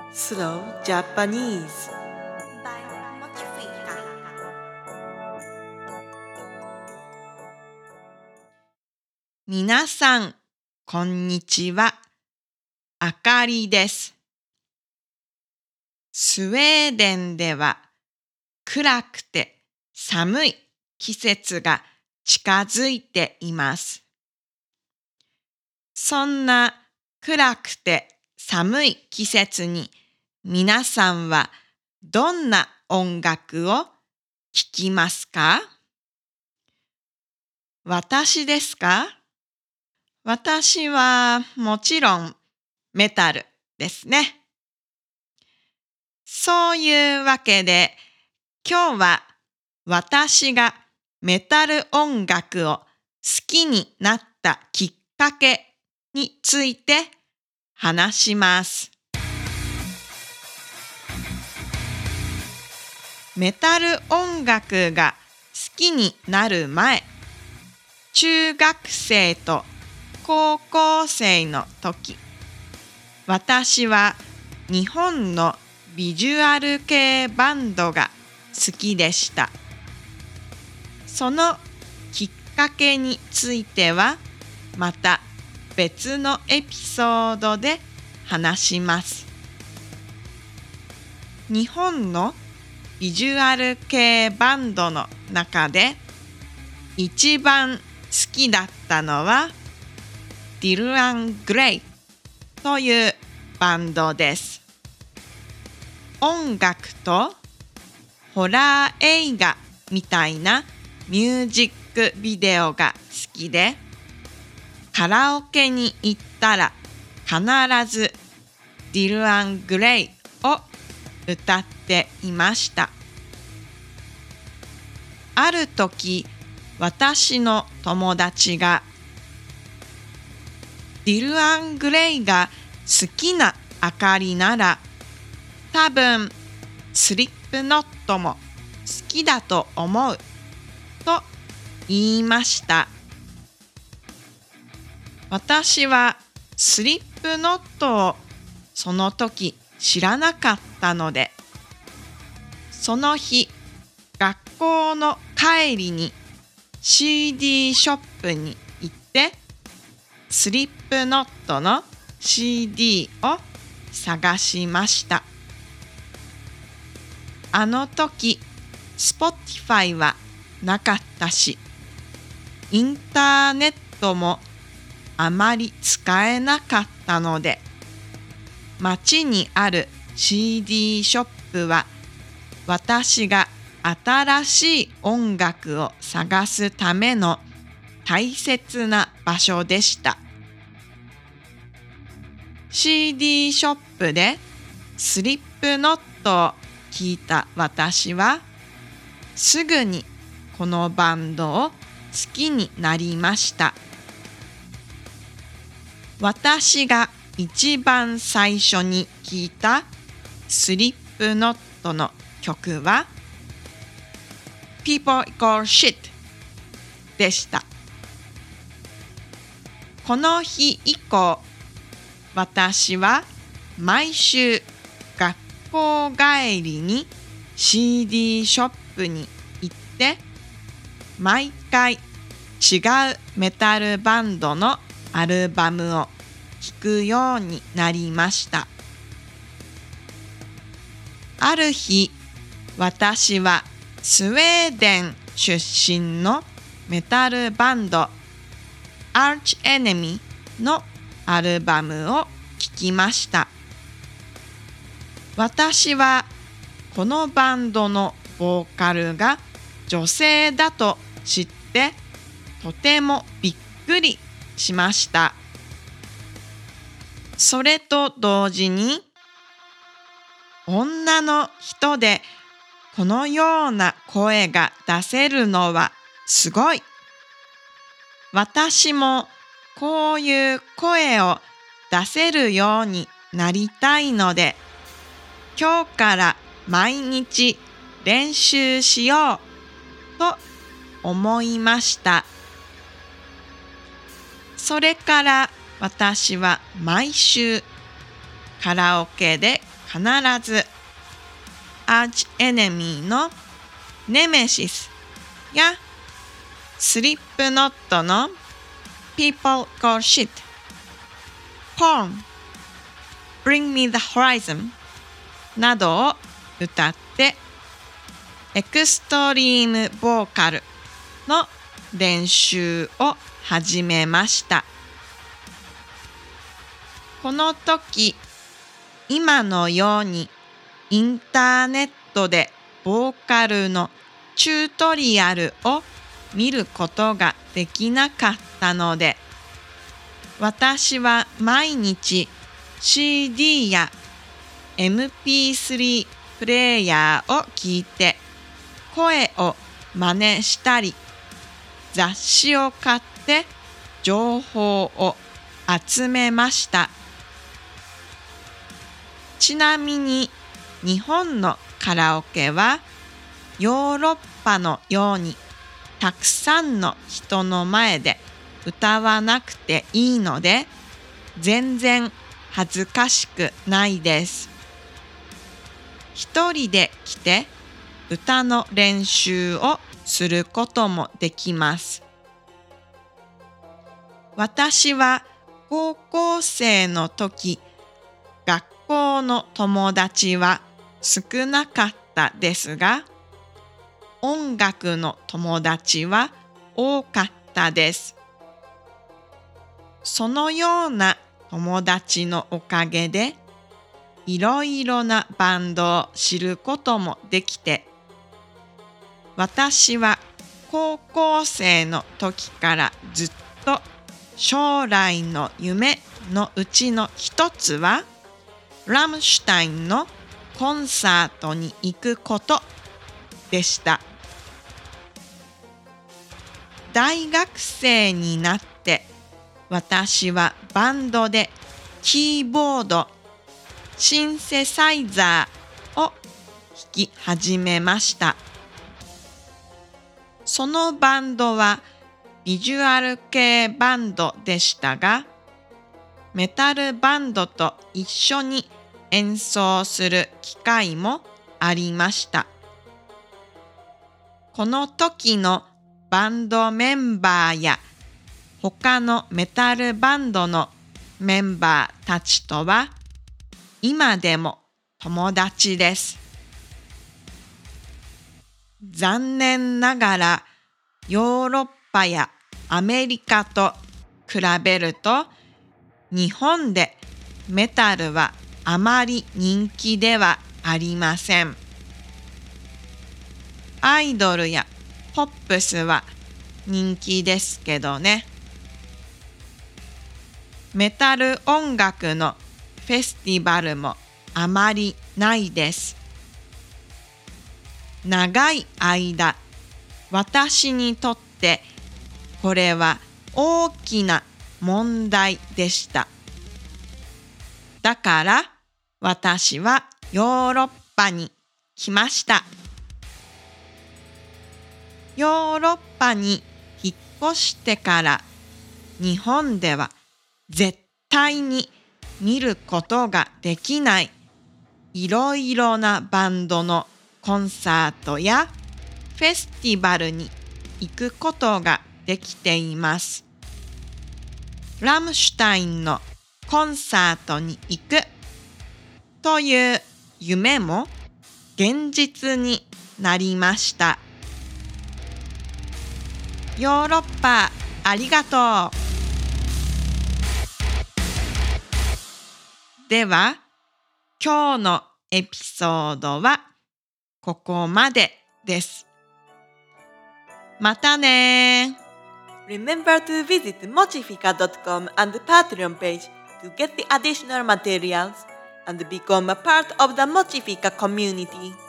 Slow Japanese. by Mochifika. 皆さん、こんにちは。あかりです。スウェーデンでは暗くて寒い季節が近づいています。そんな暗くて寒い季節に皆さんはどんな音楽を聴きますか？私ですか？私はもちろんメタルですね。そういうわけで今日は私がメタル音楽を好きになったきっかけについて話します。メタル音楽が好きになる前、中学生と高校生の時、私は日本のビジュアル系バンドが好きでした。そのきっかけについてはまた別のエピソードで話します。日本のビジュアル系バンドの中で一番好きだったのはディル・アン・グレイというバンドです。音楽とホラー映画みたいなミュージックビデオが好きで、カラオケに行ったら必ずディル・アン・グレイを歌っていました。ある時、私の友達がディル・アン・グレイが好きなあかりなら多分スリップノットも好きだと思うと言いました。私はスリップノットをその時知らなかったので、その日学校の帰りに CD ショップに行ってスリップノットの CD を探しました。あの時 Spotify はなかったし、インターネットもあまり使えなかったので、街にある CD ショップは私が新しい音楽を探すための大切な場所でした。CD ショップでスリップノットを聞いた私はすぐにこのバンドを好きになりました。私が一番最初に聞いたスリップノットの曲は People Equal Shit でした。この日以降、私は毎週学校帰りに CD ショップに行って毎回違うメタルバンドのアルバムを聴くようになりました。ある日、私はスウェーデン出身のメタルバンド Arch Enemy のアルバムを聴きました。私はこのバンドのボーカルが女性だと知ってとてもびっくりしました。それと同時に女の人でこのような声が出せるのはすごい。私もこういう声を出せるようになりたいので、今日から毎日練習しようと思いました。それから私は毎週カラオケで必ずアーチエネミーのネメシスやスリップノットの People Go Shit、 Porn、 Bring Me the Horizon などを歌ってエクストリームボーカルの練習を始めました。この時、今のようにインターネットでボーカルのチュートリアルを見ることができなかったので、私は毎日 CD や MP3 プレイヤーを聞いて声を真似したり、雑誌を買って情報を集めました。ちなみに日本のカラオケはヨーロッパのようにたくさんの人の前で歌わなくていいので、全然恥ずかしくないです。一人で来て歌の練習をすることもできます。私は高校生の時、学校の友達は少なかったですが、音楽の友達は多かったです。そのような友達のおかげで、いろいろなバンドを知ることもできて、私は高校生の時からずっと将来の夢のうちの一つは、ラムシュタインのコンサートに行くことでした。大学生になって私はバンドでキーボード、シンセサイザーを弾き始めました。そのバンドはビジュアル系バンドでしたが、メタルバンドと一緒に演奏する機会もありました。この時のバンドメンバーや他のメタルバンドのメンバーたちとは今でも友達です。残念ながらヨーロッパやアメリカと比べると、日本でメタルはあまり人気ではありません。アイドルやポップスは人気ですけどね。メタル音楽のフェスティバルもあまりないです。長い間、私にとってこれは大きな問題でした。だから私はヨーロッパに来ました。ヨーロッパに引っ越してから日本では絶対に見ることができないいろいろなバンドのコンサートやフェスティバルに行くことができています。ラムシュタインのコンサートに行くという夢も現実になりました。ヨーロッパありがとう。では、今日のエピソードはここまでです。またね。 Remember to visit mochifica.com and the Patreon page to get the additional materials and become a part of the Mochifica community.